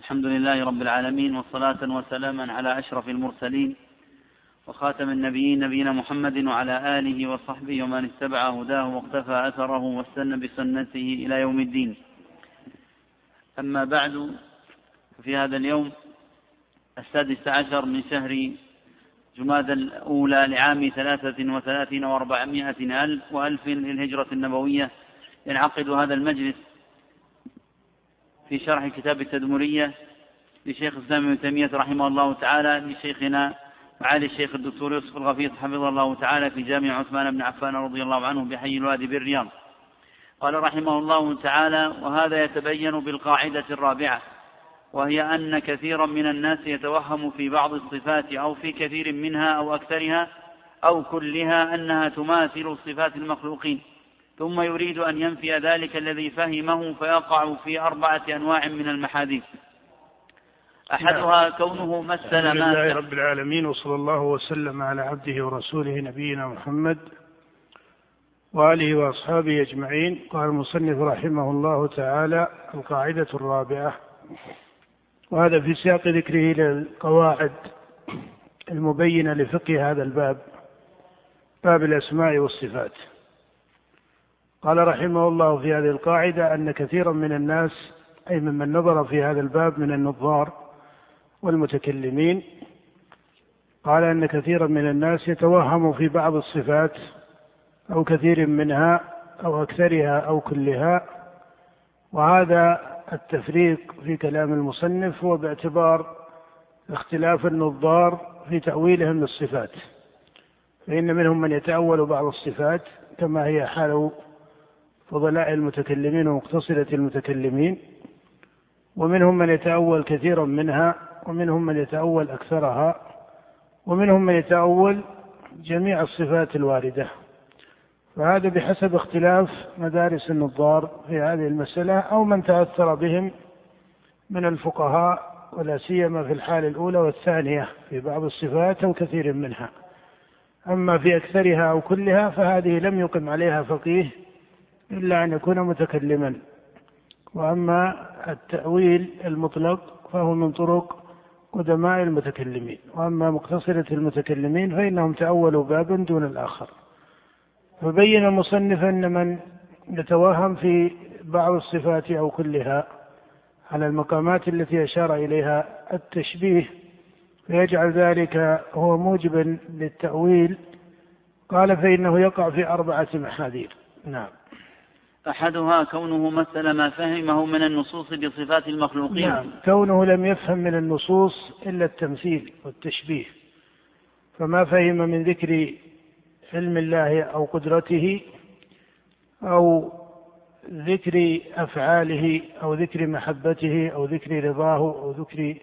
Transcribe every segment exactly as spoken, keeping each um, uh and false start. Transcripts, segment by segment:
الحمد لله رب العالمين، والصلاة وسلاما على أشرف المرسلين وخاتم النبيين نبينا محمد وعلى آله وصحبه ومن اتبع هداه واقتفى أثره واستنى بسنته إلى يوم الدين. أما بعد، في هذا اليوم السادس عشر من شهر جمادى الأولى لعام ثلاثة وثلاثين وأربعمائة ألف وألف للهجرة النبوية ينعقد هذا المجلس في شرح كتاب التدمرية لشيخ الإسلام ابن تيمية رحمه الله تعالى لشيخنا معالي الشيخ الدكتور يوسف الغفيص حفظه الله تعالى في جامع عثمان بن عفان رضي الله عنه بحي الوادي بالرياض. قال رحمه الله تعالى: وهذا يتبين بالقاعدة الرابعة، وهي أن كثيرا من الناس يتوهم في بعض الصفات أو في كثير منها أو أكثرها أو كلها أنها تماثل صفات المخلوقين، ثم يريد أن ينفي ذلك الذي فهمه فيقع في أربعة أنواع من المحاذير. أحدها كونه مثل ما الحمد لله رب العالمين، وصلى الله وسلم على عبده ورسوله نبينا محمد وآله وأصحابه أجمعين. قال المصنف رحمه الله تعالى: القاعدة الرابعة، وهذا في سياق ذكره للقواعد المبينة لفقه هذا الباب، باب الأسماء والصفات. قال رحمه الله في هذه القاعدة أن كثيرا من الناس، أي ممن نظر في هذا الباب من النظار والمتكلمين، قال أن كثيرا من الناس يتوهم في بعض الصفات أو كثير منها أو أكثرها أو كلها، وهذا التفريق في كلام المصنف هو باعتبار اختلاف النظار في تأويلهم للصفات، فإن منهم من يتأول بعض الصفات كما هي حال فضلاء المتكلمين ومقتصرة المتكلمين، ومنهم من يتأول كثيرا منها، ومنهم من يتأول أكثرها، ومنهم من يتأول جميع الصفات الواردة. فهذا بحسب اختلاف مدارس النظار في هذه المسألة أو من تأثر بهم من الفقهاء، ولا سيما في الحالة الأولى والثانية في بعض الصفات أو كثير منها. أما في أكثرها أو كلها فهذه لم يقم عليها فقيه إلا أن يكون متكلما. وأما التأويل المطلق فهو من طرق قدماء المتكلمين، وأما مقتصرة المتكلمين فإنهم تأولوا بابا دون الآخر. فبين المصنف أن من يتوهم في بعض الصفات أو كلها على المقامات التي أشار إليها التشبيه فيجعل ذلك هو موجبا للتأويل، قال فإنه يقع في أربعة محاذير. نعم. أحدها كونه مثل ما فهمه من النصوص بصفات المخلوقين. نعم، كونه لم يفهم من النصوص إلا التمثيل والتشبيه، فما فهم من ذكر علم الله أو قدرته أو ذكر أفعاله أو ذكر محبته أو ذكر رضاه أو ذكر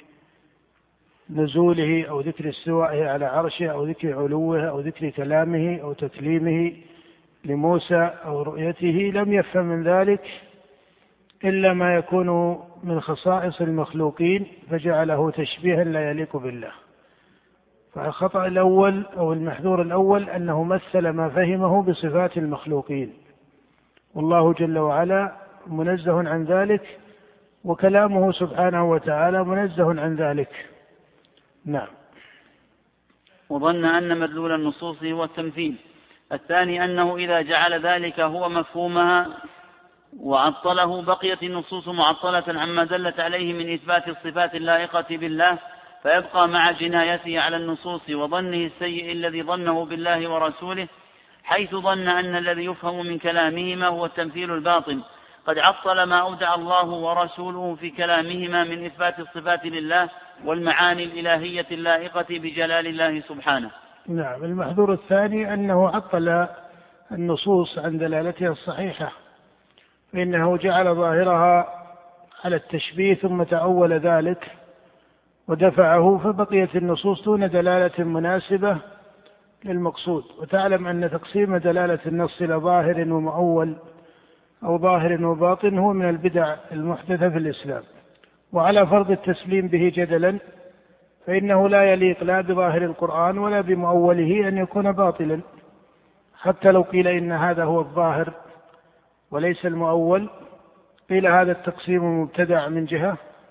نزوله أو ذكر استوائه على عرشه أو ذكر علوه أو ذكر كلامه أو تكليمه لموسى أو رؤيته، لم يفهم من ذلك إلا ما يكون من خصائص المخلوقين فجعله تشبيها لا يليق بالله. فالخطأ الأول أو المحذور الأول أنه مثل ما فهمه بصفات المخلوقين، والله جل وعلا منزه عن ذلك، وكلامه سبحانه وتعالى منزه عن ذلك. نعم. وظن أن مدلول النصوص هو التمثيل. الثاني أنه إذا جعل ذلك هو مفهومها وعطله بقيت النصوص معطلة عما دلت عليه من إثبات الصفات اللائقة بالله، فيبقى مع جنايته على النصوص وظنه السيء الذي ظنه بالله ورسوله، حيث ظن أن الذي يفهم من كلامهما هو التمثيل الباطل، قد عطل ما أودع الله ورسوله في كلامهما من إثبات الصفات لله والمعاني الإلهية اللائقة بجلال الله سبحانه. نعم. المحذور الثاني أنه عطل النصوص عن دلالتها الصحيحة، فإنه جعل ظاهرها على التشبيه ثم تأول ذلك ودفعه، فبقيت النصوص دون دلالة مناسبة للمقصود. وتعلم أن تقسيم دلالة النص إلى ظاهر ومؤول أو ظاهر وباطن هو من البدع المحدثة في الإسلام. وعلى فرض التسليم به جدلا فإنه لا يليق لا بظاهر القرآن ولا بمؤوله أن يكون باطلا، حتى لو قيل إن هذا هو الظاهر وليس المؤول، قيل هذا التقسيم مبتدع من جهة،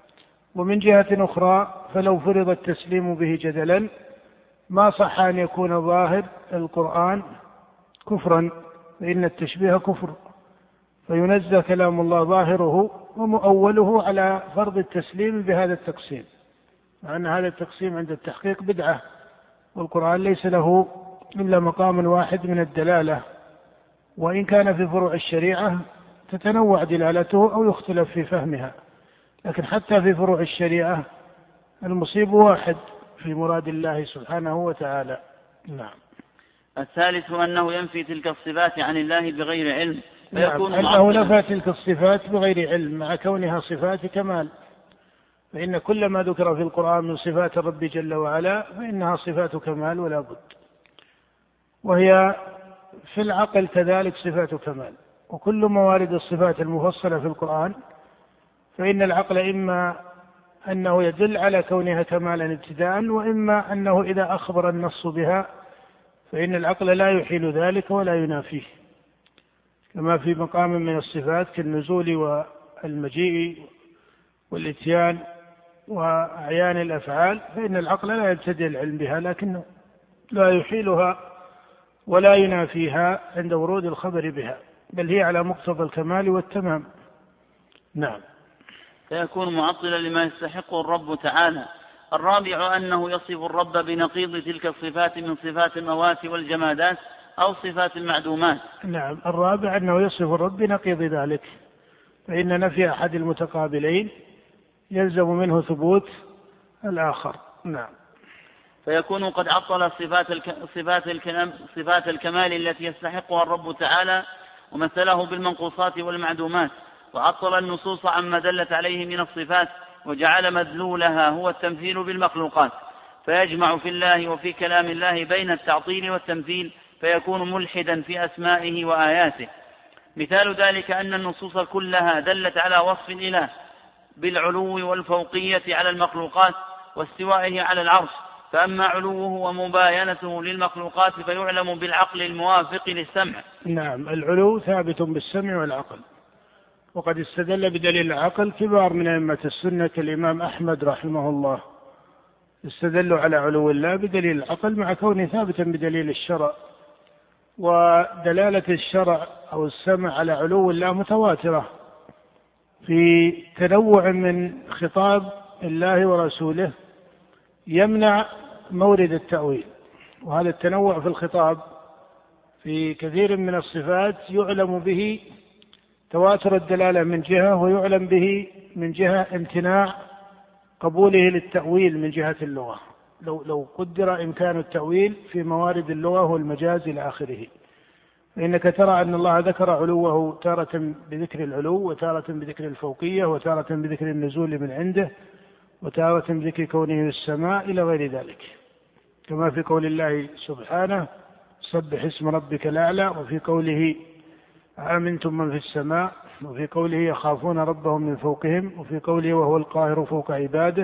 ومن جهة أخرى فلو فرض التسليم به جدلا ما صح أن يكون ظاهر القرآن كفرا، فإن التشبيه كفر، فينزه كلام الله ظاهره ومؤوله على فرض التسليم بهذا التقسيم، مع أن هذا التقسيم عند التحقيق بدعة، والقرآن ليس له إلا مقام واحد من الدلالة، وإن كان في فروع الشريعة تتنوع دلالته أو يختلف في فهمها، لكن حتى في فروع الشريعة المصيب واحد في مراد الله سبحانه وتعالى. نعم. الثالث أنه ينفي تلك الصفات عن الله بغير علم، فيكون نعم. أنه نفى تلك الصفات بغير علم مع كونها صفات كمال، فإن كل ما ذكر في القرآن من صفات الرب جل وعلا فإنها صفات كمال ولا بد، وهي في العقل كذلك صفات كمال، وكل موارد الصفات المفصلة في القرآن فإن العقل إما أنه يدل على كونها كمالا ابتداء، وإما أنه إذا أخبر النص بها فإن العقل لا يحيل ذلك ولا ينافيه، كما في مقام من الصفات كالنزول والمجيء والإتيان وأعيان الأفعال، فإن العقل لا يبتدئ العلم بها لكنه لا يحيلها ولا ينافيها عند ورود الخبر بها، بل هي على مقتضى الكمال والتمام. نعم. فيكون معطلا لما يستحقه الرب تعالى. الرابع أنه يصف الرب بنقيض تلك الصفات من صفات الموات والجمادات أو صفات المعدومات. نعم. الرابع أنه يصف الرب بنقيض ذلك، فإن نفي أحد المتقابلين يلزم منه ثبوت الآخر. نعم. فيكون قد عطل صفات الك... صفات, الكلام... صفات الكمال التي يستحقها الرب تعالى ومثله بالمنقوصات والمعدومات، وعطل النصوص عما دلت عليه من الصفات، وجعل مدلولها هو التمثيل بالمخلوقات، فيجمع في الله وفي كلام الله بين التعطيل والتمثيل، فيكون ملحدا في أسمائه وآياته. مثال ذلك أن النصوص كلها دلت على وصف الإله بالعلو والفوقية على المخلوقات واستوائه على العرش، فأما علوه ومباينته للمخلوقات فيعلم بالعقل الموافق للسمع. نعم. العلو ثابت بالسمع والعقل، وقد استدل بدليل العقل كبار من أئمة السنة كالإمام أحمد رحمه الله، استدلوا على علو الله بدليل العقل مع كونه ثابتا بدليل الشرع، ودلالة الشرع أو السمع على علو الله متواترة في تنوع من خطاب الله ورسوله يمنع مورد التأويل، وهذا التنوع في الخطاب في كثير من الصفات يعلم به تواتر الدلالة من جهة، ويعلم به من جهة امتناع قبوله للتأويل من جهة اللغة، لو, لو قدر إمكان التأويل في موارد اللغة والمجاز إلى آخره، فإنك ترى أن الله ذكر علوه تارة بذكر العلو، وتارة بذكر الفوقية، وتارة بذكر النزول من عنده، وتارة بذكر كونه في السماء إلى غير ذلك، كما في قول الله سبحانه سبح اسم ربك الأعلى، وفي قوله آمنتم من في السماء، وفي قوله يخافون ربهم من فوقهم، وفي قوله وهو القاهر فوق عباده،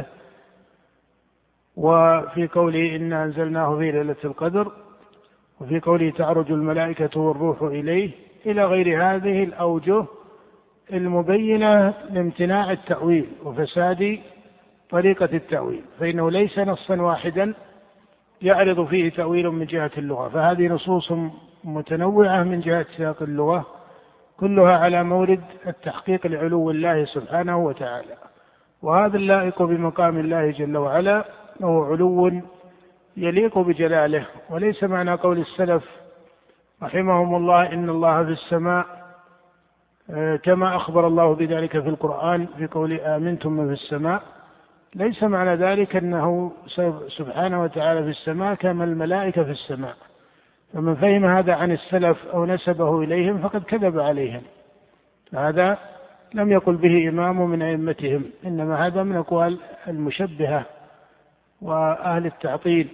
وفي قوله إنا أنزلناه في ليلة القدر، وفي قوله تعرج الملائكة والروح إليه، إلى غير هذه الأوجه المبينة لامتناع التأويل وفساد طريقة التأويل، فإنه ليس نصا واحدا يعرض فيه تأويل من جهة اللغة، فهذه نصوص متنوعة من جهة سياق اللغة كلها على مورد التحقيق لعلو الله سبحانه وتعالى، وهذا اللائق بمقام الله جل وعلا هو علو يليق بجلاله. وليس معنى قول السلف رحمهم الله إن الله في السماء كما أخبر الله بذلك في القرآن في قول آمنتم من في السماء، ليس معنى ذلك أنه سبحانه وتعالى في السماء كما الملائكة في السماء، فمن فهم هذا عن السلف أو نسبه إليهم فقد كذب عليهم، هذا لم يقل به إمام من أئمتهم، إنما هذا من أقوال المشبهة وأهل التعطيل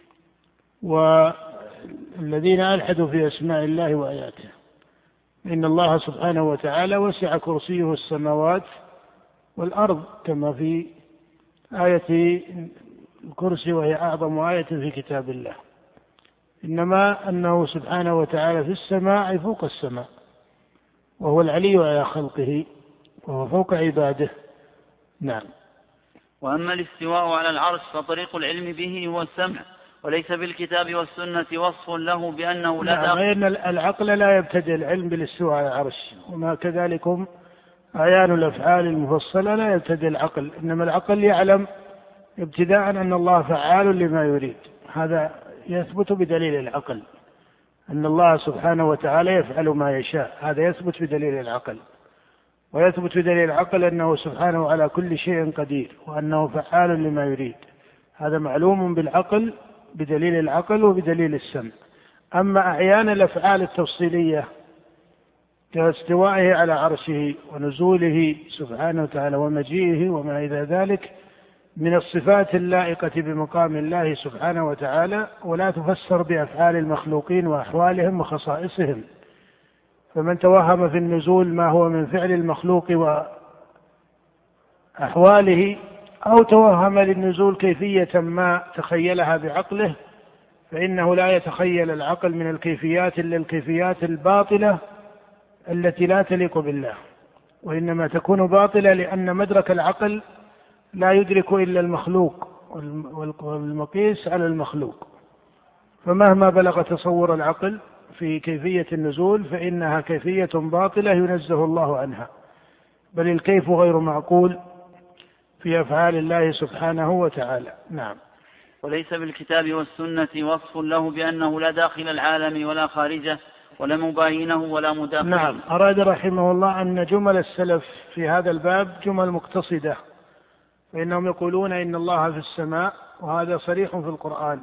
والذين ألحدوا في أسماء الله وآياته. إن الله سبحانه وتعالى وسع كرسيه السماوات والأرض، كما في آية الكرسي وهي أعظم آية في كتاب الله، إنما أنه سبحانه وتعالى في السماء فوق السماء، وهو العلي على خلقه وهو فوق عباده. نعم. وأما الاستواء على العرش فطريق العلم به هو السمع، وليس بالكتاب والسنة وصف له بأنه لا داخل. نعم، العقل لا يبتدئ العلم بالاستواء على العرش، وما كذلكم أعيان الأفعال المفصلة لا يبتدئ العقل، إنما العقل يعلم ابتداء أن الله فعال لما يريد، هذا يثبت بدليل العقل، أن الله سبحانه وتعالى يفعل ما يشاء، هذا يثبت بدليل العقل. ويثبت بدليل العقل أنه سبحانه على كل شيء قدير، وأنه فعال لما يريد، هذا معلوم بالعقل بدليل العقل وبدليل السمع. أما أعيان الأفعال التفصيلية كاستوائه على عرشه ونزوله سبحانه وتعالى ومجيئه وما إلى ذلك من الصفات اللائقة بمقام الله سبحانه وتعالى، ولا تفسر بأفعال المخلوقين وأحوالهم وخصائصهم. فمن توهم في النزول ما هو من فعل المخلوق وأحواله، أو توهم للنزول كيفية ما تخيلها بعقله، فإنه لا يتخيل العقل من الكيفيات إلا الكيفيات الباطلة التي لا تليق بالله، وإنما تكون باطلة لأن مدرك العقل لا يدرك إلا المخلوق، والمقيس على المخلوق. فمهما بلغ تصور العقل في كيفية النزول فإنها كيفية باطلة ينزه الله عنها، بل الكيف غير معقول في أفعال الله سبحانه وتعالى. نعم. وليس بالكتاب والسنة وصف له بأنه لا داخل العالم ولا خارجه ولا مباينه ولا مداخله. نعم، أراد رحمه الله أن جمل السلف في هذا الباب جمل مقتصدة، فإنهم يقولون إن الله في السماء، وهذا صريح في القرآن،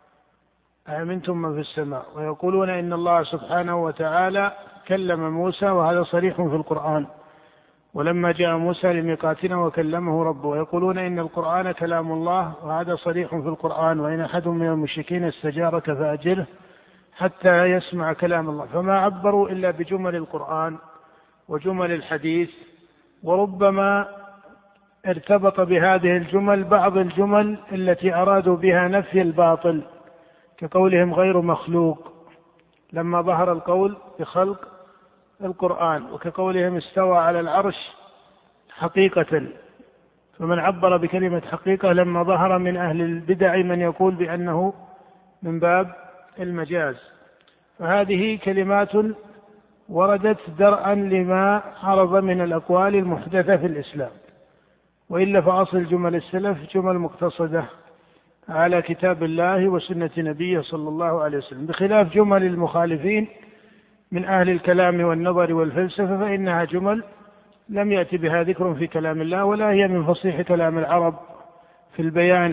أأمنتم من في السماء، ويقولون إن الله سبحانه وتعالى كلم موسى، وهذا صريح في القرآن، ولما جاء موسى لميقاتنا وكلمه ربه، ويقولون إن القرآن كلام الله، وهذا صريح في القرآن، وإن أحد من المشركين استجارك فأجره حتى يسمع كلام الله. فما عبروا إلا بجمل القرآن وجمل الحديث، وربما ارتبط بهذه الجمل بعض الجمل التي أرادوا بها نفي الباطل، كقولهم غير مخلوق لما ظهر القول بخلق القرآن، وكقولهم استوى على العرش حقيقة، فمن عبر بكلمة حقيقة لما ظهر من أهل البدع من يقول بأنه من باب المجاز. فهذه كلمات وردت درءا لما عرض من الأقوال المحدثة في الإسلام، وإلا فأصل جمل السلف جمل مقتصدة على كتاب الله وسنة نبيه صلى الله عليه وسلم، بخلاف جمل المخالفين من أهل الكلام والنظر والفلسفة، فإنها جمل لم يأتي بها ذكر في كلام الله، ولا هي من فصيح كلام العرب في البيان،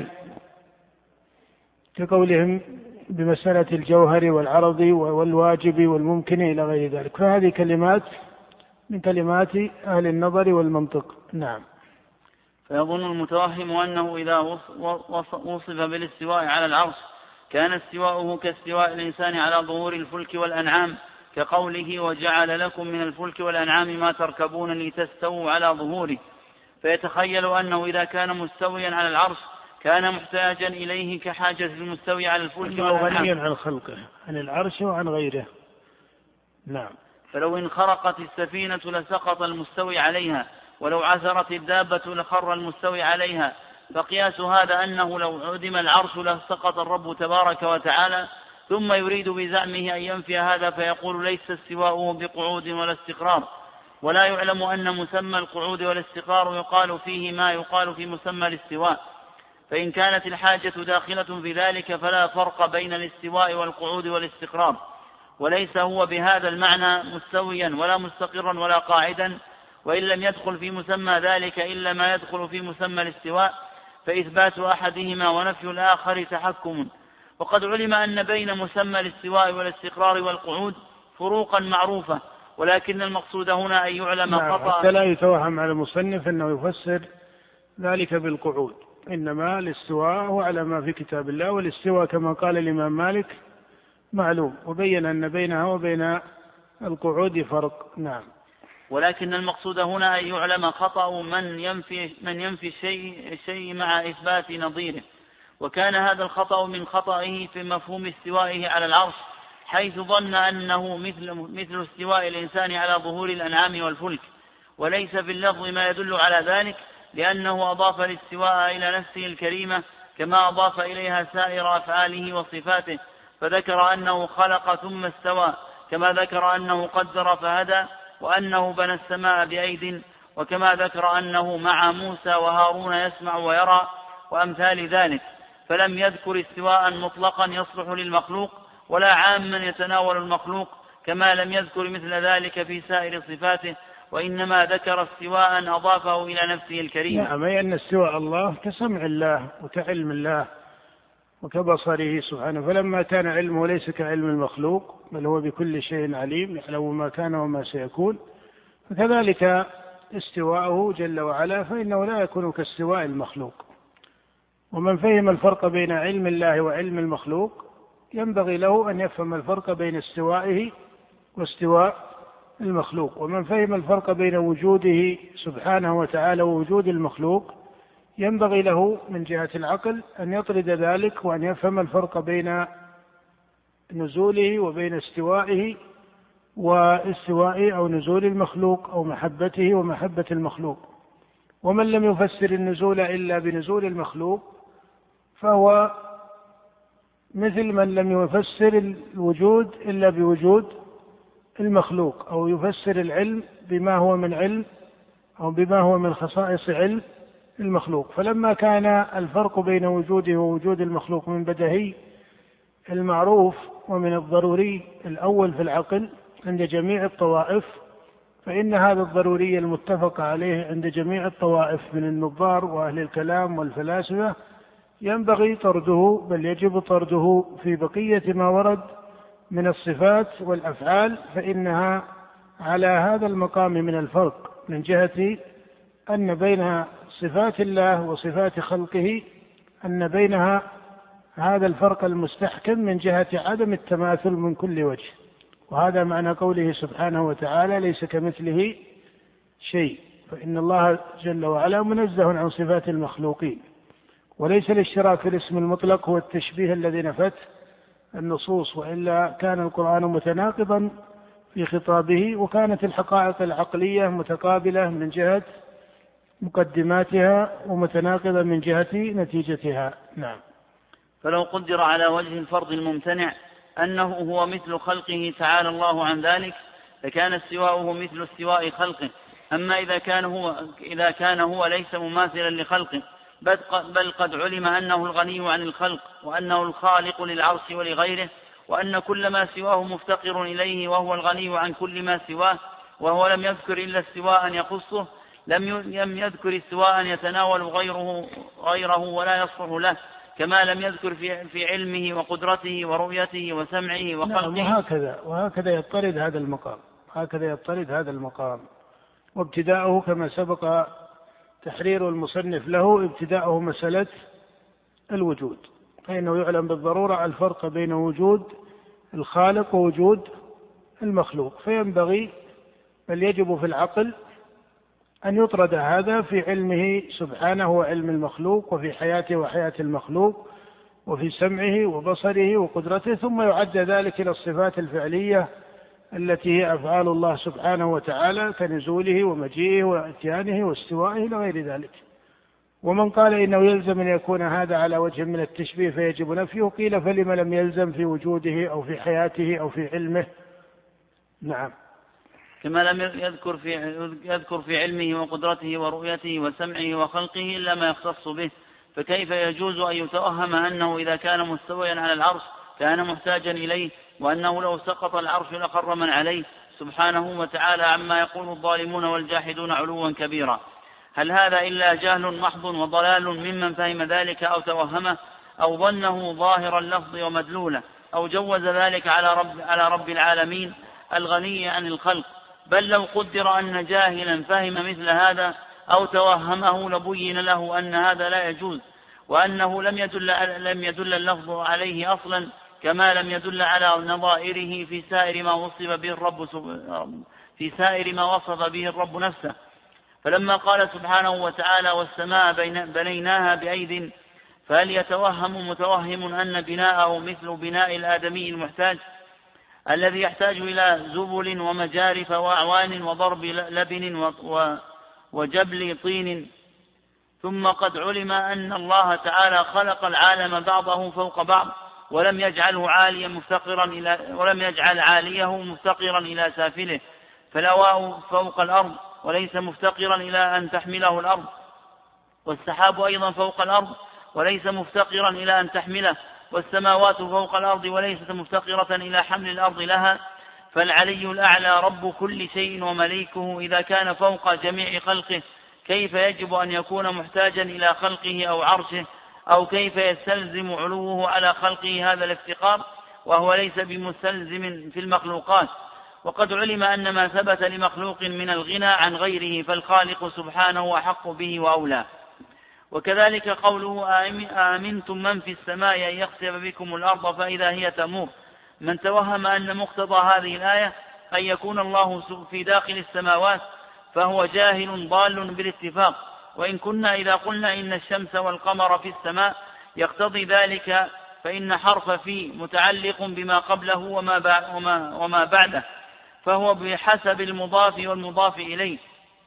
كقولهم بمسألة الجوهر والعرض والواجب والممكن إلى غير ذلك. فهذه كلمات من كلمات أهل النظر والمنطق. نعم. فيظن المتوهم أنه إذا وصف بالاستواء على العرش كان استواؤه كاستواء الإنسان على ظهور الفلك والأنعام، كقوله وجعل لكم من الفلك والأنعام ما تركبون لتستووا على ظهوره، فيتخيل أنه إذا كان مستويا على العرش كان محتاجا إليه كحاجة المستوي على الفلك والأنعام، غنيا عن خلقه عن العرش وعن غيره. نعم. فلو انخرقت السفينة لسقط المستوي عليها، ولو عثرت الدابة لخر المستوي عليها، فقياس هذا أنه لو عدم العرش لسقط الرب تبارك وتعالى، ثم يريد بزعمه أن ينفي هذا فيقول ليس استواؤه بقعود ولا استقرار، ولا يعلم أن مسمى القعود والاستقرار يقال فيه ما يقال في مسمى الاستواء، فإن كانت الحاجة داخلة في ذلك فلا فرق بين الاستواء والقعود والاستقرار، وليس هو بهذا المعنى مستويا ولا مستقرا ولا قاعدا، وإن لم يدخل في مسمى ذلك إلا ما يدخل في مسمى الاستواء، فإثبات أحدهما ونفي الآخر تحكم. وقد علم أن بين مسمى الاستواء والاستقرار والقعود فروقا معروفة، ولكن المقصود هنا أن يعلم خطأ. حتى لا يتوهم على المصنف أنه يفسر ذلك بالقعود، إنما الاستواء هو على ما في كتاب الله، والاستواء كما قال الإمام مالك معلوم، وبين أن بينها وبين القعود فرق. نعم. ولكن المقصود هنا أن يعلم خطأ من ينفي, من ينفي الشيء, الشيء مع إثبات نظيره، وكان هذا الخطأ من خطئه في مفهوم استوائه على العرش، حيث ظن أنه مثل, مثل استواء الإنسان على ظهور الأنعام والفلك، وليس في اللفظ ما يدل على ذلك، لأنه أضاف الاستواء إلى نفسه الكريمة كما أضاف إليها سائر أفعاله وصفاته، فذكر أنه خلق ثم استوى، كما ذكر أنه قدر فهدى، وأنه بنى السماء بأيد، وكما ذكر أنه مع موسى وهارون يسمع ويرى، وأمثال ذلك. فلم يذكر استواء مطلقا يصلح للمخلوق ولا عاما يتناول المخلوق، كما لم يذكر مثل ذلك في سائر صفاته، وإنما ذكر استواء أضافه إلى نفسه الكريم. نعم، أي أن استواء الله كسمع الله وكعلم الله وكبصره سبحانه، فلما كان علمه ليس كعلم المخلوق بل هو بكل شيء عليم يعلم ما كان وما سيكون، فكذلك استواءه جل وعلا فإنه لا يكون كاستواء المخلوق. ومن فهم الفرق بين علم الله وعلم المخلوق ينبغي له أن يفهم الفرق بين استوائه واستواء المخلوق. ومن فهم الفرق بين وجوده سبحانه وتعالى ووجود المخلوق ينبغي له من جهة العقل أن يطرد ذلك وأن يفهم الفرق بين نزوله وبين استوائه واستواء أو نزول المخلوق أو محبته ومحبة المخلوق. ومن لم يفسر النزول إلا بنزول المخلوق فهو مثل من لم يفسر الوجود إلا بوجود المخلوق، أو يفسر العلم بما هو من علم أو بما هو من خصائص علم المخلوق. فلما كان الفرق بين وجوده ووجود المخلوق من بديهي المعروف ومن الضروري الأول في العقل عند جميع الطوائف، فإن هذا الضروري المتفق عليه عند جميع الطوائف من النظار وأهل الكلام والفلاسفة ينبغي طرده، بل يجب طرده في بقية ما ورد من الصفات والأفعال، فإنها على هذا المقام من الفرق من جهة أن بين صفات الله وصفات خلقه أن بينها هذا الفرق المستحكم من جهة عدم التماثل من كل وجه. وهذا معنى قوله سبحانه وتعالى ليس كمثله شيء، فإن الله جل وعلا منزه عن صفات المخلوقين. وليس الاشتراك في الاسم المطلق هو التشبيه الذي نفت النصوص، وإلا كان القرآن متناقضا في خطابه، وكانت الحقائق العقلية متقابلة من جهة مقدماتها ومتناقضة من جهة نتيجتها. نعم. فلو قدر على وجه الفرض الممتنع أنه هو مثل خلقه تعالى الله عن ذلك فكان استواؤه مثل استواء خلقه. أما إذا كان هو, إذا كان هو ليس مماثلا لخلقه بل قد علم أنه الغني عن الخلق وأنه الخالق للعرش ولغيره، وأن كل ما سواه مفتقر إليه وهو الغني عن كل ما سواه، وهو لم يذكر إلا استواء يخصه، لم يذكر استواء يتناول غيره, غيره ولا يصلح له، كما لم يذكر في, في علمه وقدرته ورؤيته وسمعه وخلقه. نعم، وهكذا وهكذا يضطرد هذا المقام هكذا يضطرد هذا المقام وابتداؤه كما سبق تحرير المصنف له ابتداؤه مسألة الوجود، فإنه يعلم بالضرورة الفرق بين وجود الخالق ووجود المخلوق، فينبغي بل يجب في العقل أن يطرد هذا في علمه سبحانه وعلم المخلوق، وفي حياته وحياة المخلوق، وفي سمعه وبصره وقدرته، ثم يعد ذلك إلى الصفات الفعلية التي هي أفعال الله سبحانه وتعالى كنزوله ومجيئه واتيانه واستوائه إلى غير ذلك. ومن قال إنه يلزم أن يكون هذا على وجه من التشبيه فيجب نفيه، قيل فلما لم يلزم في وجوده أو في حياته أو في علمه. نعم. كما لم يذكر في, يذكر في علمه وقدرته ورؤيته وسمعه وخلقه إلا ما يختص به، فكيف يجوز أن يتوهم أنه إذا كان مستويا على العرش كان محتاجا إليه، وأنه لو سقط العرش لخر من عليه سبحانه وتعالى عما يقول الظالمون والجاحدون علوا كبيرا؟ هل هذا إلا جهل محض وضلال ممن فهم ذلك أو توهمه أو ظنه ظاهر اللفظ ومدلوله أو جوز ذلك على رب, على رب العالمين الغني عن الخلق؟ بل لو قدر أن جاهلا فهم مثل هذا أو توهمه لبين له أن هذا لا يجوز، وأنه لم يدل, لم يدل اللفظ عليه أصلا، كما لم يدل على نظائره في سائر ما وصف به الرب في سائر ما وصف به الرب نفسه. فلما قال سبحانه وتعالى والسماء بنيناها بأيد، فهل يتوهم متوهم أن بناءه مثل بناء الآدمي المحتاج الذي يحتاج إلى زبل ومجارف وأعوان وضرب لبن وجبل طين ثم قد علم أن الله تعالى خلق العالم بعضه فوق بعض ولم يجعله عاليا مفتقرا إلى ولم يجعل عاليه مفتقرا إلى سافله، فالهواء فوق الأرض وليس مفتقرا إلى أن تحمله الأرض، والسحاب أيضا فوق الأرض وليس مفتقرا إلى أن تحمله، والسماوات فوق الأرض وليست مفتقرة إلى حمل الأرض لها. فالعلي الأعلى رب كل شيء ومليكه إذا كان فوق جميع خلقه، كيف يجب أن يكون محتاجا إلى خلقه أو عرشه، أو كيف يستلزم علوه على خلقه هذا الافتقار وهو ليس بمستلزم في المخلوقات. وقد علم أن ما ثبت لمخلوق من الغنى عن غيره فالخالق سبحانه أحق به وأولى. وكذلك قوله آمنتم من في السماء أن يخسف بكم الأرض فإذا هي تمور، من توهم أن مقتضى هذه الآية أن يكون الله في داخل السماوات فهو جاهل ضال بالاتفاق. وإن كنا إذا قلنا إن الشمس والقمر في السماء يقتضي ذلك فإن حرف في متعلق بما قبله وما, وما, وما بعده، فهو بحسب المضاف والمضاف إليه.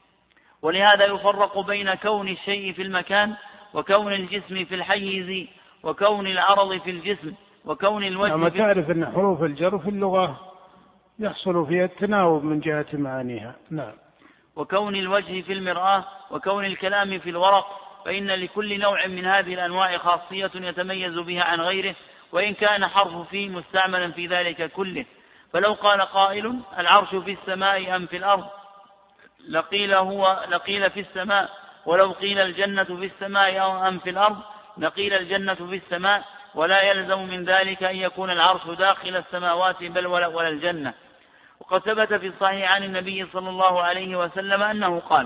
ولهذا يفرق بين كون الشيء في المكان وكون الجسم في الحيز وكون العرض في الجسم وكون الوجه. أما تعرف أن حروف الجر في اللغة يحصل فيها التناوب من جهة معانيها. نعم. وكون الوجه في المرآة وكون الكلام في الورق، فإن لكل نوع من هذه الأنواع خاصية يتميز بها عن غيره، وإن كان حرف في مستعملا في ذلك كله. فلو قال قائل العرش في السماء أم في الأرض لقيل, هو لقيل في السماء، ولو قيل الجنة في السماء أم في الأرض لقيل الجنة في السماء، ولا يلزم من ذلك أن يكون العرش داخل السماوات بل ولا, ولا الجنة. وقد ثبت في الصحيح عن النبي صلى الله عليه وسلم أنه قال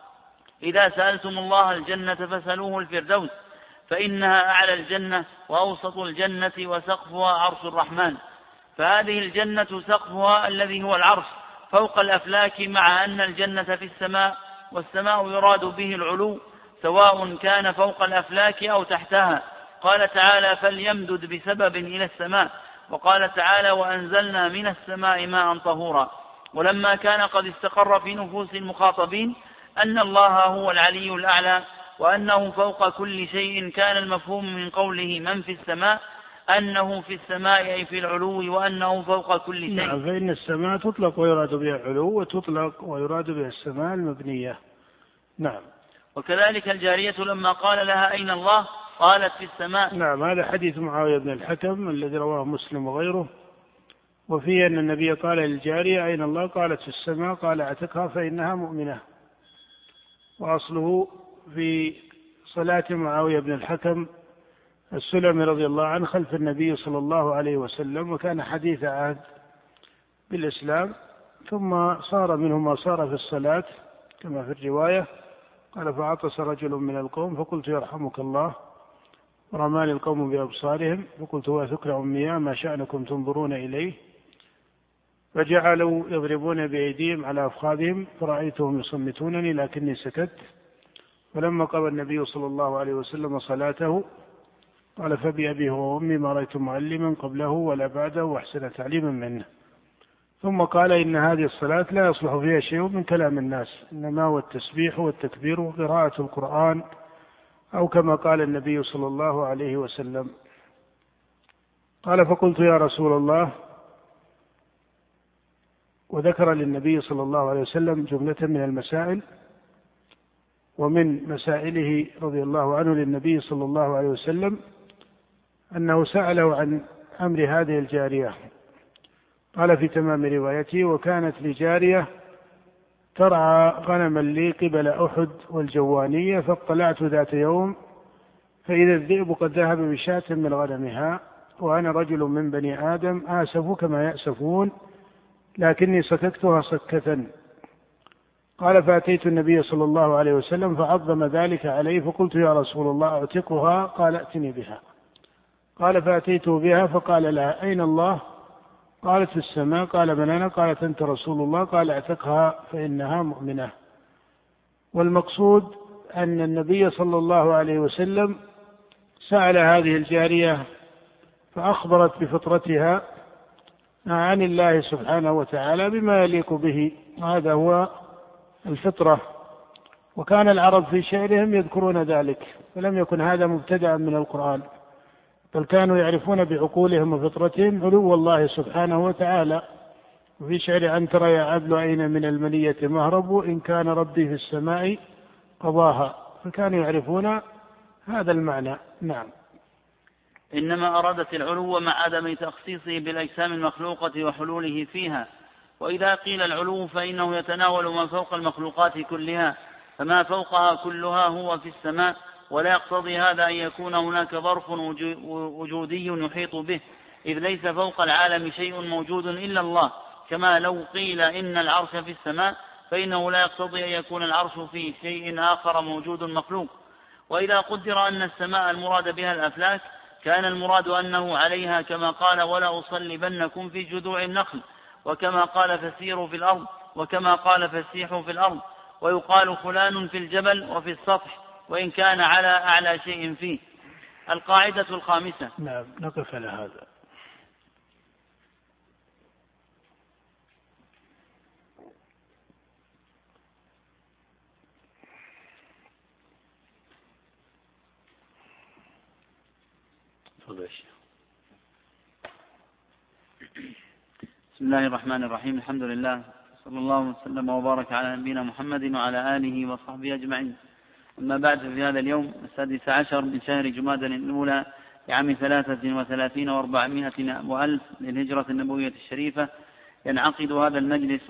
إذا سألتم الله الجنة فسألوه الفردوس فإنها أعلى الجنة وأوسط الجنة وسقفها عرش الرحمن. فهذه الجنة سقفها الذي هو العرش فوق الأفلاك، مع أن الجنة في السماء، والسماء يراد به العلو سواء كان فوق الأفلاك أو تحتها. قال تعالى فليمدد بسبب إلى السماء، وقال تعالى وأنزلنا من السماء ماء طهورا. ولما كان قد استقر في نفوس المخاطبين أن الله هو العلي الأعلى وأنه فوق كل شيء، كان المفهوم من قوله من في السماء أنه في السماء أي في العلو وأنه فوق كل شيء. نعم، فإن السماء تطلق ويراد بها العلو وتطلق ويراد بها السماء المبنية. نعم. وكذلك الجارية لما قال لها أين الله قالت في السماء. نعم، هذا حديث معاوية بن الحكم الذي رواه مسلم وغيره، وفيه أن النبي قال للجارية أين الله قالت في السماء، قال اعتقها فإنها مؤمنة. وأصله في صلاة معاوية بن الحكم السلمي رضي الله عنه خلف النبي صلى الله عليه وسلم، وكان حديث عهد بالإسلام، ثم صار منه ما صار في الصلاة كما في الرواية. قال فعطس رجل من القوم فقلت يرحمك الله، ورماني القوم بأبصارهم فقلت هو ثكر أمياء ما شأنكم تنظرون إليه، فجعلوا يضربون بأيديهم على أفخاذهم فرأيتهم يصمتونني لكني سكت. فلما قضى النبي صلى الله عليه وسلم صلاته قال فبأبي وأمي ما رأيت معلما قبله ولا بعده وأحسن تعليما منه. ثم قال إن هذه الصلاة لا يصلح فيها شيء من كلام الناس، إنما هو التسبيح والتكبير وقراءة القرآن، أو كما قال النبي صلى الله عليه وسلم. قال فقلت يا رسول الله، وذكر للنبي صلى الله عليه وسلم جملة من المسائل، ومن مسائله رضي الله عنه للنبي صلى الله عليه وسلم أنه سأله عن أمر هذه الجارية. قال في تمام روايته وكانت لجارية ترعى غنما لي قبل أحد والجوانية، فاطلعت ذات يوم فإذا الذئب قد ذهب بشاة من غنمها، وأنا رجل من بني آدم آسف كما يأسفون، لكني سككتها سكة. قال فأتيت النبي صلى الله عليه وسلم فعظم ذلك عليه، فقلت يا رسول الله أعتقها؟ قال ائتني بها. قال فأتيته بها فقال لها أين الله؟ قالت في السماء. قال من أنا؟ قالت أنت رسول الله. قال اعتقها فإنها مؤمنة. والمقصود أن النبي صلى الله عليه وسلم سأل هذه الجارية فأخبرت بفطرتها عن الله سبحانه وتعالى بما يليق به، هذا هو الفطرة. وكان العرب في شعرهم يذكرون ذلك، ولم يكن هذا مبتدعا من القرآن، بل كانوا يعرفون بعقولهم وفطرتهم علو الله سبحانه وتعالى. وفي شعر عنترة يا عبد أين من المنية مهرب إن كان ربي في السماء قضاها، فكانوا يعرفون هذا المعنى. نعم. إنما أرادت العلو مع عدم تخصيصه بالأجسام المخلوقة وحلوله فيها. وإذا قيل العلو فإنه يتناول ما فوق المخلوقات كلها، فما فوقها كلها هو في السماء، ولا يقتضي هذا أن يكون هناك ظرف وجودي يحيط به، إذ ليس فوق العالم شيء موجود إلا الله. كما لو قيل إن العرش في السماء فإنه لا يقتضي أن يكون العرش في شيء آخر موجود مخلوق. وإذا قدر أن السماء المراد بها الأفلاك كان المراد أنه عليها، كما قال ولا أصلبنكم في جذوع النخل، وكما قال فسيروا في الأرض، وكما قال فسيحوا في الأرض. ويقال فلان في الجبل وفي السطح وإن كان على أعلى شيء فيه. القاعدة الخامسة. نعم، نقف على هذا. بسم الله الرحمن الرحيم. الحمد لله، صلى الله وسلم وبارك على نبينا محمد وعلى آله وصحبه أجمعين. أما بعد، في هذا اليوم السادس عشر من شهر جمادى الأولى لعام ثلاثة وثلاثين وأربعمائة وألف للهجرة النبوية الشريفة، ينعقد هذا المجلس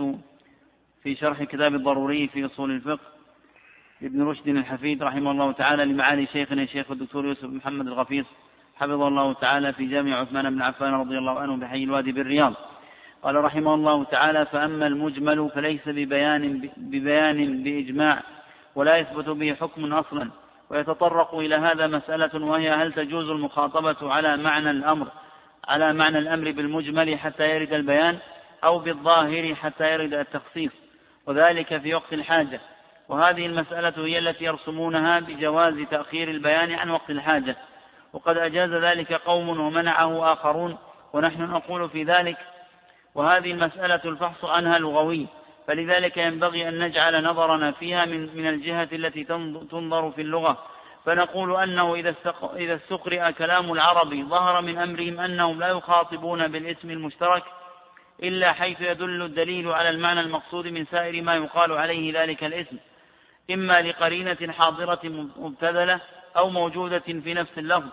في شرح كتاب الضروري في أصول الفقه لابن رشد الحفيد رحمه الله تعالى، لمعالي شيخنا الشيخ الدكتور يوسف محمد الغفيص حفظه الله تعالى، في جامع عثمان بن عفان رضي الله عنه بحي الوادي بالرياض. قال رحمه الله تعالى: فأما المجمل فليس ببيان, ببيان بإجماع، ولا يثبت به حكم أصلا. ويتطرق إلى هذا مسألة، وهي هل تجوز المخاطبة على معنى الأمر على معنى الأمر بالمجمل حتى يرد البيان، أو بالظاهر حتى يرد التخصيص، وذلك في وقت الحاجة. وهذه المسألة هي التي يرسمونها بجواز تأخير البيان عن وقت الحاجة، وقد أجاز ذلك قوم ومنعه آخرون، ونحن نقول في ذلك. وهذه المسألة الفحص عنها لغوي، فلذلك ينبغي أن نجعل نظرنا فيها من, من الجهة التي تنظر في اللغة، فنقول أنه إذا استقرئ كلام العرب ظهر من أمرهم أنهم لا يخاطبون بالاسم المشترك إلا حيث يدل الدليل على المعنى المقصود من سائر ما يقال عليه ذلك الاسم، إما لقرينة حاضرة مبتذلة أو موجودة في نفس اللفظ.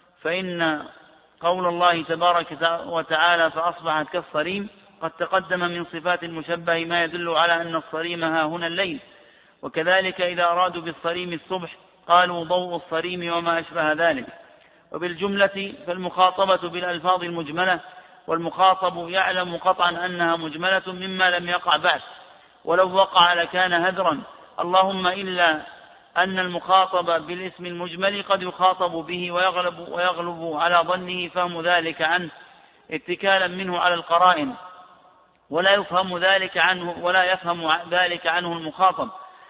فإن قول الله تبارك وتعالى فأصبحت كالصريم قد تقدم من صفات المشبه ما يدل على أن الصريم ها هنا الليل. وكذلك إذا أرادوا بالصريم الصبح قالوا ضوء الصريم وما أشبه ذلك. وبالجملة فالمخاطبة بالألفاظ المجملة، والمخاطب يعلم قطعا أنها مجملة مما لم يقع بعد، ولو وقع لكان هدرا، اللهم إلا أن المخاطب بالاسم المجمل قد يخاطب به ويغلب, ويغلب على ظنه فهم ذلك عنه اتكالا منه على القرائن، ولا يفهم ذلك عنه ولا يفهم ذلك عنه المخاطب،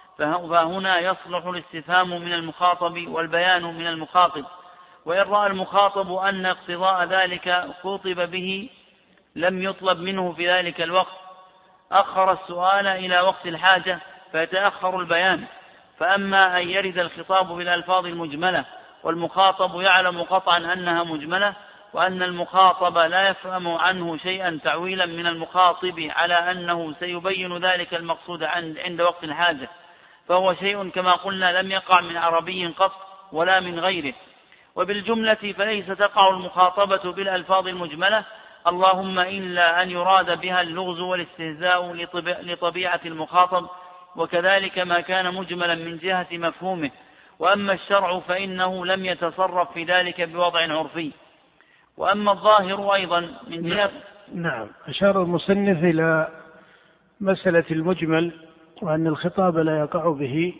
فهنا يصلح الاستفهام من المخاطب والبيان من المخاطب. وإن رأى المخاطب أن اقتضاء ذلك خطب به لم يطلب منه في ذلك الوقت أخر السؤال إلى وقت الحاجة فيتأخر البيان. فأما أن يرد الخطاب بالألفاظ المجملة والمخاطب يعلم قطعا أنها مجملة، وأن المخاطب لا يفهم عنه شيئا تعويلا من المخاطب على أنه سيبين ذلك المقصود عند وقت الحاجة، فهو شيء كما قلنا لم يقع من عربي قط ولا من غيره. وبالجملة فليس تقع المخاطبة بالألفاظ المجملة اللهم إلا أن يراد بها اللغز والاستهزاء لطبيعة المخاطب، وكذلك ما كان مجملا من جهة مفهومه. وأما الشرع فإنه لم يتصرف في ذلك بوضع عرفي. وأما الظاهر أيضا من جهة نعم. أشار المصنف إلى مسألة المجمل، وأن الخطاب لا يقع به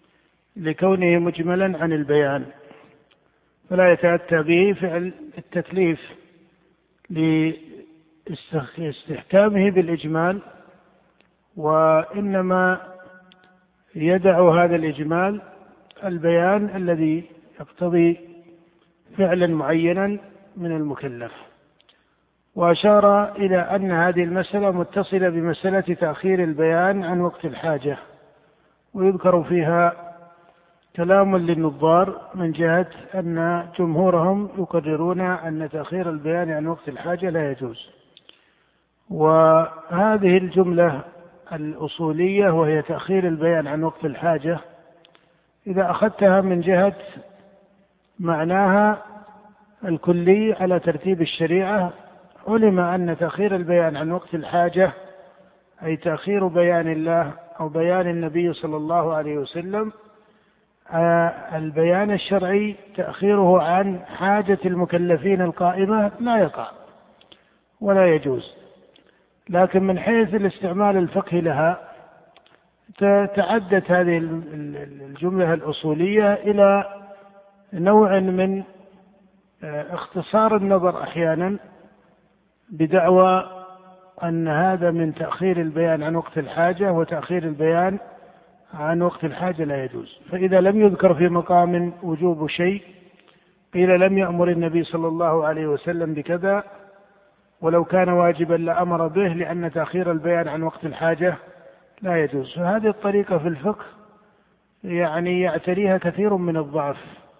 لكونه مجملا عن البيان، فلا يتأتى به فعل التكليف لاستحكامه بالإجمال، وإنما يدع هذا الإجمال البيان الذي يقتضي فعلا معينا من المكلف. وأشار إلى أن هذه المسألة متصلة بمسألة تأخير البيان عن وقت الحاجة، ويذكر فيها كلام للنظار من جهة أن جمهورهم يقررون أن تأخير البيان عن وقت الحاجة لا يجوز. وهذه الجملة الأصولية وهي تأخير البيان عن وقت الحاجة إذا أخذتها من جهة معناها الكلي على ترتيب الشريعة علم أن تأخير البيان عن وقت الحاجة أي تأخير بيان الله أو بيان النبي صلى الله عليه وسلم البيان الشرعي تأخيره عن حاجة المكلفين القائمة لا يقع ولا يجوز. لكن من حيث الاستعمال الفقهي لها تعدت هذه الجملة الأصولية إلى نوع من اختصار النظر أحيانا بدعوى أن هذا من تأخير البيان عن وقت الحاجة، وتأخير البيان عن وقت الحاجة لا يجوز. فإذا لم يذكر في مقام وجوب شيء قيل لم يأمر النبي صلى الله عليه وسلم بكذا، ولو كان واجبا لأمر به، لأن تأخير البيان عن وقت الحاجة لا يجوز. فهذه الطريقة في الفقه يعني يعتريها كثير من الضعف،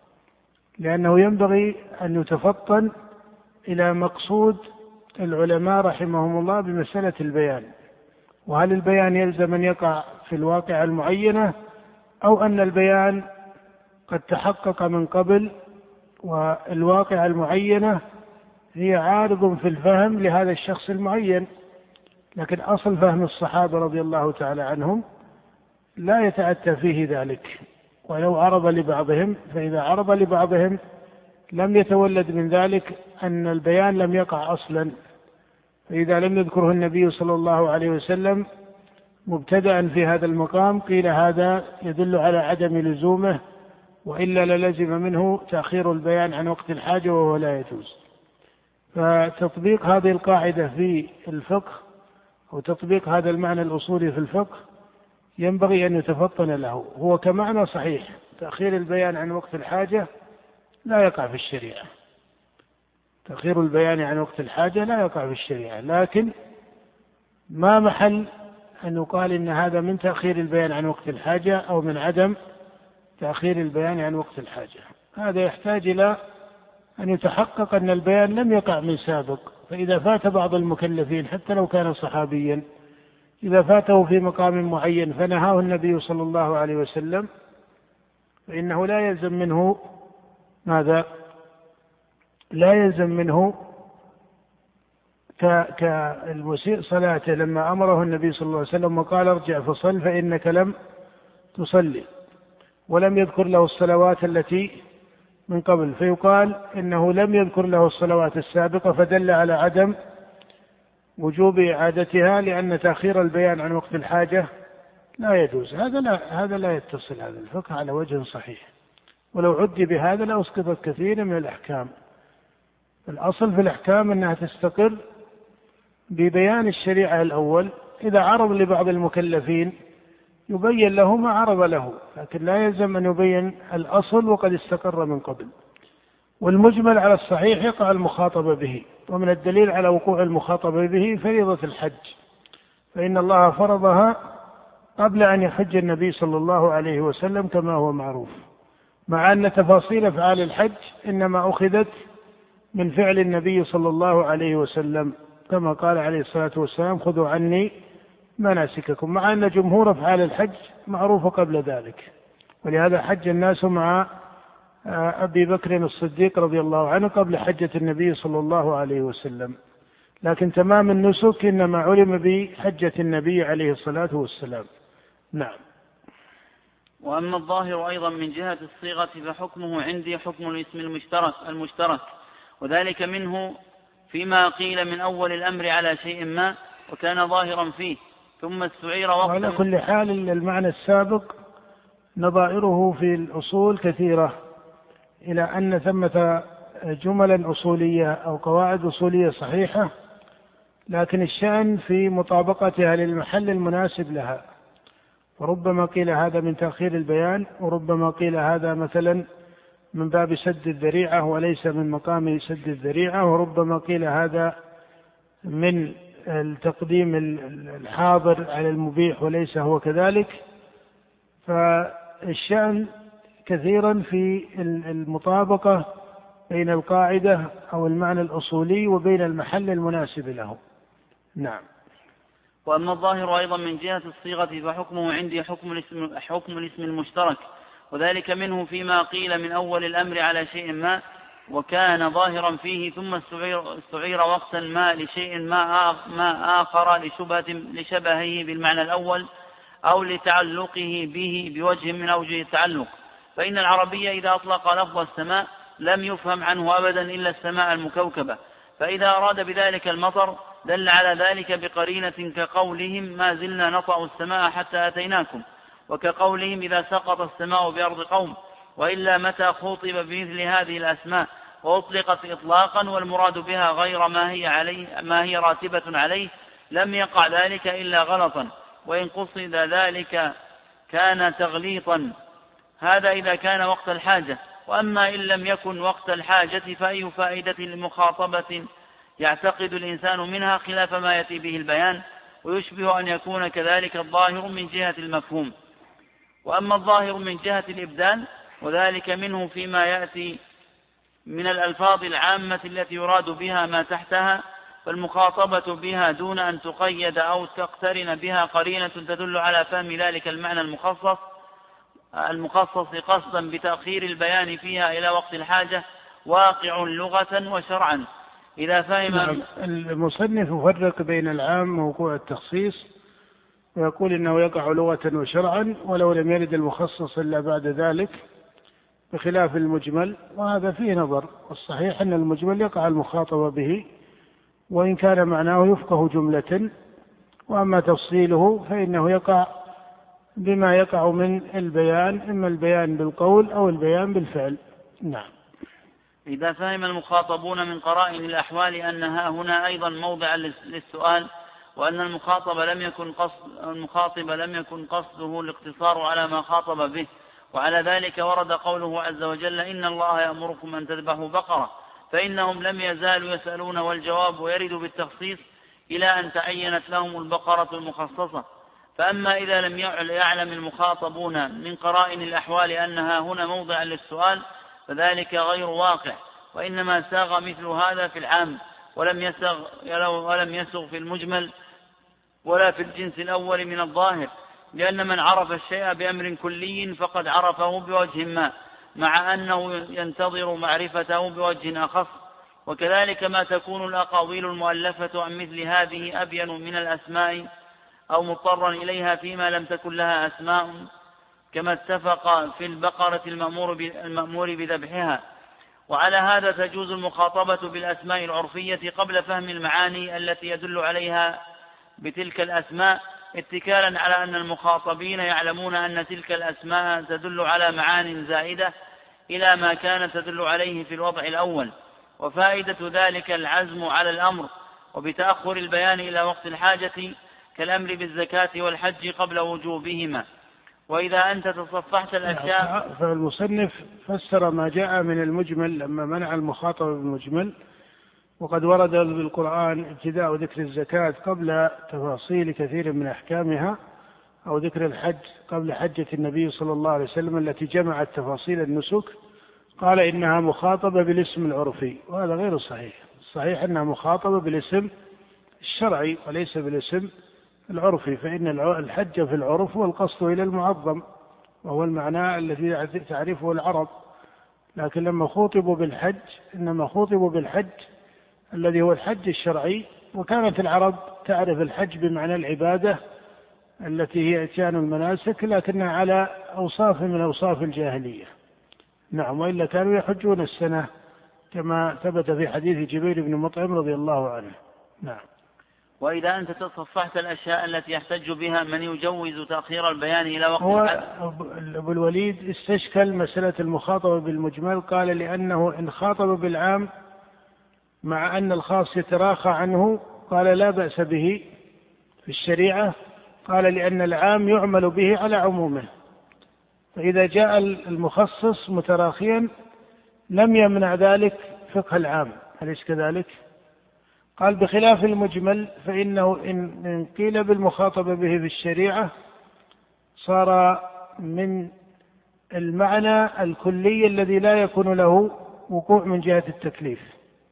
لأنه ينبغي أن يتفطن إلى مقصود العلماء رحمهم الله بمسألة البيان، وهل البيان يلزم أن يقع في الواقع المعينة أو أن البيان قد تحقق من قبل والواقع المعينة هي عارض في الفهم لهذا الشخص المعين. لكن أصل فهم الصحابة رضي الله تعالى عنهم لا يتأتى فيه ذلك، ولو عرض لبعضهم فإذا عرض لبعضهم لم يتولد من ذلك أن البيان لم يقع أصلا. فإذا لم يذكره النبي صلى الله عليه وسلم مبتدأ في هذا المقام قيل هذا يدل على عدم لزومه، وإلا للزم منه تأخير البيان عن وقت الحاجة وهو لا يجوز. فتطبيق هذه القاعدة في الفقه أو تطبيق هذا المعنى الأصولي في الفقه ينبغي أن يتفطن له. هو كمعنى صحيح، تأخير البيان عن وقت الحاجة لا يقع في الشريعة، تأخير البيان عن وقت الحاجة لا يقع في الشريعة، لكن ما محل أن يقال إن هذا من تأخير البيان عن وقت الحاجة أو من عدم تأخير البيان عن وقت الحاجة. هذا يحتاج إلى أن يتحقق أن البيان لم يقع من سابق. فإذا فات بعض المكلفين حتى لو كان صحابيا، إذا فاته في مقام معين فنهاه النبي صلى الله عليه وسلم، فإنه لا يلزم منه ماذا؟ لا يلزم منه كالمسيء صلاته لما أمره النبي صلى الله عليه وسلم وقال ارجع فصل فإنك لم تصلي، ولم يذكر له الصلوات التي من قبل، فيقال إنه لم يذكر له الصلوات السابقة فدل على عدم وجوب إعادتها، لأن تأخير البيان عن وقت الحاجة لا يجوز. هذا لا هذا لا يتصل هذا الفقه على وجه صحيح، ولو عد بهذا لأسقطت كثير من الأحكام. الأصل في الأحكام أنها تستقر ببيان الشريعة الأول، إذا عرض لبعض المكلفين يبين له ما عرض له، لكن لا يلزم أن يبين الأصل وقد استقر من قبل. والمجمل على الصحيح يقع المخاطبة به، ومن الدليل على وقوع المخاطبة به فريضة الحج، فإن الله فرضها قبل أن يحج النبي صلى الله عليه وسلم كما هو معروف، مع أن تفاصيل أفعال الحج إنما أخذت من فعل النبي صلى الله عليه وسلم، كما قال عليه الصلاة والسلام خذوا عني مناسككم، مع أن جمهور أفعال الحج معروفة قبل ذلك. ولهذا حج الناس مع أبي بكر الصديق رضي الله عنه قبل حجة النبي صلى الله عليه وسلم، لكن تمام النسك إنما علم بحجة النبي عليه الصلاة والسلام. نعم. وأما الظاهر أيضا من جهة الصيغة فحكمه عندي حكم الاسم المشترك المشترك وذلك منه فيما قيل من أول الأمر على شيء ما وكان ظاهرا فيه ثم استعير وقتا. وعلى كل حال المعنى السابق نظائره في الأصول كثيرة، إلى أن ثمة جملا أصولية أو قواعد أصولية صحيحة، لكن الشأن في مطابقتها للمحل المناسب لها. وربما قيل هذا من تأخير البيان، وربما قيل هذا مثلا من باب سد الذريعة وليس من مقام سد الذريعة، وربما قيل هذا من التقديم الحاضر على المبيح وليس هو كذلك. فالشأن كثيرا في المطابقة بين القاعدة أو المعنى الأصولي وبين المحل المناسب له. نعم. وأما الظاهر أيضا من جهة الصيغة فحكمه عندي حكم الاسم, حكم الاسم المشترك، وذلك منه فيما قيل من أول الأمر على شيء ما وكان ظاهرا فيه ثم استعير وقتا ما لشيء ما آخر لشبهة لشبهه بالمعنى الأول أو لتعلقه به بوجه من أوجه التعلق. فإن العربية إذا أطلق لفظ السماء لم يفهم عنه أبدا إلا السماء المكوكبة، فإذا أراد بذلك المطر دل على ذلك بقرينة كقولهم ما زلنا نطأ السماء حتى أتيناكم، وكقولهم إذا سقط السماء بأرض قوم، وإلا متى خُوطب بمثل هذه الأسماء وأطلقت إطلاقا والمراد بها غير ما هي, عليه ما هي راتبة عليه لم يقع ذلك إلا غلطا، وإن قصد ذلك كان تغليطا. هذا إذا كان وقت الحاجة، وأما إن لم يكن وقت الحاجة فأي فائدة لمخاطبة يعتقد الإنسان منها خلاف ما يأتي به البيان، ويشبه أن يكون كذلك الظاهر من جهة المفهوم. وأما الظاهر من جهة الإبدال وذلك منه فيما يأتي من الألفاظ العامة التي يراد بها ما تحتها، فالمخاطبة بها دون أن تقيد أو تقترن بها قرينة تدل على فهم ذلك المعنى المخصص المخصص قصدا بتأخير البيان فيها إلى وقت الحاجة واقع لغة وشرعا. إذا فهم المصنف يفرق بين العام ووقوع التخصيص ويقول إنه يقع لغة وشرعا ولو لم يرد المخصص إلا بعد ذلك بخلاف المجمل، وهذا فيه نظر. والصحيح أن المجمل يقع المخاطبة به وإن كان معناه يفقه جملة، وأما تفصيله فإنه يقع بما يقع من البيان، إما البيان بالقول أو البيان بالفعل. نعم. إذا فهم المخاطبون من قرائن الأحوال أنها هنا أيضا موضع للسؤال، وأن المخاطب لم يكن قصد المخاطب لم يكن قصده الاقتصار على ما خاطب به، وعلى ذلك ورد قوله عز وجل إن الله يأمركم أن تذبحوا بقرة، فإنهم لم يزالوا يسألون والجواب يرد بالتخصيص إلى أن تعينت لهم البقرة المخصصة. فأما إذا لم يعلم المخاطبون من قرائن الأحوال أنها هنا موضع للسؤال فذلك غير واقع، وإنما ساغ مثل هذا في العام ولم يسغ, ولم يسغ في المجمل ولا في الجنس الأول من الظاهر، لأن من عرف الشيء بأمر كلي فقد عرفه بوجه ما، مع أنه ينتظر معرفته بوجه أخص. وكذلك ما تكون الأقاويل المؤلفة عن مثل هذه أبين من الأسماء أو مضطرا إليها فيما لم تكن لها أسماء، كما اتفق في البقرة المأمور بذبحها. وعلى هذا تجوز المخاطبة بالأسماء العرفية قبل فهم المعاني التي يدل عليها بتلك الأسماء، اتكالا على أن المخاطبين يعلمون أن تلك الأسماء تدل على معان زائدة إلى ما كانت تدل عليه في الوضع الأول. وفائدة ذلك العزم على الأمر وبتأخر البيان إلى وقت الحاجة كالأمر بالزكاة والحج قبل وجوبهما. وإذا أنت تصفحت الأشياء، فالمصنف فسر ما جاء من المجمل لما منع المخاطبة بالمجمل، وقد ورد بالقرآن ابتداء ذكر الزكاة قبل تفاصيل كثير من أحكامها، أو ذكر الحج قبل حجة النبي صلى الله عليه وسلم التي جمعت تفاصيل النسك، قال إنها مخاطبة بالاسم العرفي، وهذا غير صحيح. الصحيح أنها مخاطبة بالاسم الشرعي وليس بالاسم العرفي، فإن الحج في العرف والقصد إلى المعظم، وهو المعنى الذي تعرفه العرب. لكن لما خوطبوا بالحج إنما خوطبوا بالحج الذي هو الحج الشرعي، وكانت العرب تعرف الحج بمعنى العبادة التي هي إتيان المناسك، لكنها على أوصاف من أوصاف الجاهلية. نعم، وإلا كانوا يحجون السنة كما ثبت في حديث جبير بن مطعم رضي الله عنه. نعم. وإذا أنت تصفحت الأشياء التي يحتج بها من يجوز تأخير البيان إلى وقت هو أبو الوليد استشكل مسألة المخاطبة بالمجمل، قال لأنه إن خاطب بالعام مع أن الخاص يتراخى عنه قال لا بأس به في الشريعة، قال لأن العام يعمل به على عمومه، فإذا جاء المخصص متراخيا لم يمنع ذلك فقه العام، أليس كذلك؟ قال بخلاف المجمل فإنه إن قيل بالمخاطبة به في الشريعة صار من المعنى الكلي الذي لا يكون له وقوع من جهة التكليف.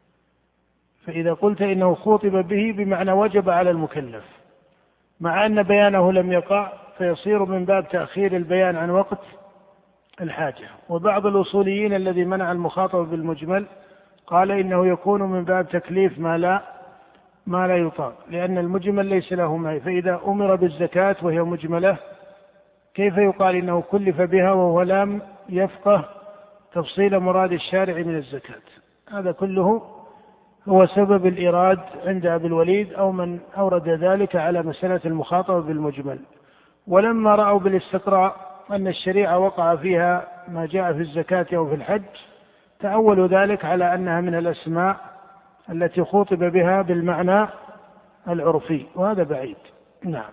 فإذا قلت إنه خوطب به بمعنى وجب على المكلف مع أن بيانه لم يقع، فيصير من باب تأخير البيان عن وقت الحاجة. وبعض الأصوليين الذي منع المخاطبة بالمجمل قال إنه يكون من باب تكليف ما لا ما لا يطاق، لأن المجمل ليس له معي. فإذا أمر بالزكاة وهي مجملة كيف يقال إنه كلف بها وهو لم يفقه تفصيل مراد الشارع من الزكاة؟ هذا كله هو سبب الإيراد عند أبي الوليد أو من أورد ذلك على مسألة المخاطبة بالمجمل. ولما رأوا بالاستقراء أن الشريعة وقع فيها ما جاء في الزكاة أو في الحج تأولوا ذلك على أنها من الأسماء التي خوطب بها بالمعنى العرفي، وهذا بعيد. نعم.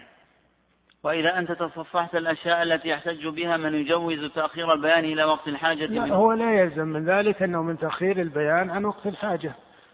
وإذا أنت تصفحت الأشياء التي يحتج بها من يجوز تأخير البيان إلى وقت الحاجة لا، هو لا يلزم من ذلك أنه من تأخير البيان عن وقت الحاجة،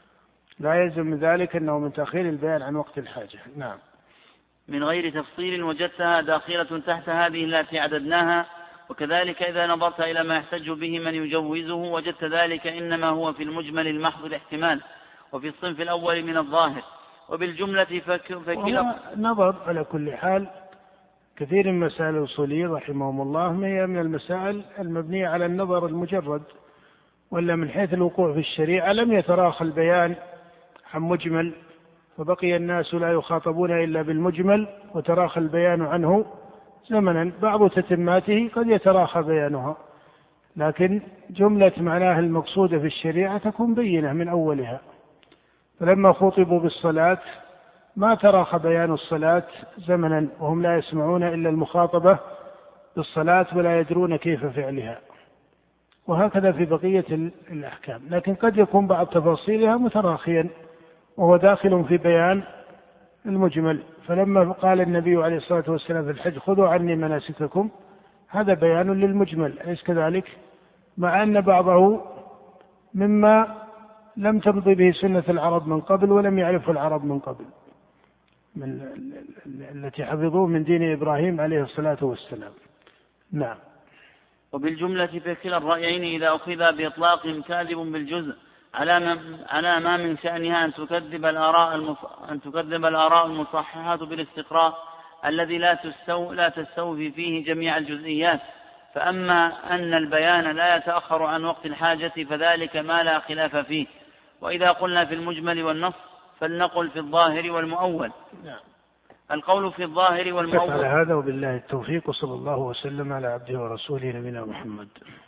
لا يلزم من ذلك أنه من تأخير البيان عن وقت الحاجة. نعم. من غير تفصيل وجدتها داخلة تحت هذه التي عددناها. وكذلك إذا نظرت إلى ما يحتج به من يجوزه وجدت ذلك إنما هو في المجمل المحض الاحتمال وفي الصنف الأول من الظاهر. وبالجملة فكلا نظر. على كل حال كثير من مسائل الأصوليين رحمهم الله هي من المسائل المبنية على النظر المجرد، ولا من حيث الوقوع في الشريعة لم يتراخى البيان عن مجمل، فبقي الناس لا يخاطبون إلا بالمجمل وتراخى البيان عنه زمنا. بعض تتماته قد يتراخى بيانها، لكن جملة معناها المقصودة في الشريعة تكون بينة من أولها. فلما خطبوا بالصلاة ما تراخى بيان الصلاة زمنا وهم لا يسمعون إلا المخاطبة بالصلاة ولا يدرون كيف فعلها، وهكذا في بقية الأحكام. لكن قد يكون بعض تفاصيلها متراخيا وهو داخل في بيان المجمل. فلما قال النبي عليه الصلاة والسلام في الحج خذوا عني مناسككم، هذا بيان للمجمل، أليس كذلك؟ مع أن بعضه مما لم تمضي به سنة العرب من قبل ولم يعرفه العرب من قبل، من التي حفظوه من دين إبراهيم عليه الصلاة والسلام. نعم. وبالجملة في كلا الرأيين إذا أخذ بإطلاق كاذب بالجزء على ما على ما من شأنها أن تكذب الآراء المص... أن تكذب الآراء المصححات بالاستقراء الذي لا تستو... لا تستوفي فيه جميع الجزئيات. فأما أن البيان لا يتأخر عن وقت الحاجة فذلك ما لا خلاف فيه. وإذا قلنا في المجمل والنص فلنقل في الظاهر والمؤول. نعم. القول في الظاهر والمؤول. على هذا وبالله التوفيق، وصلى الله وسلم على عبده ورسوله نبينا محمد.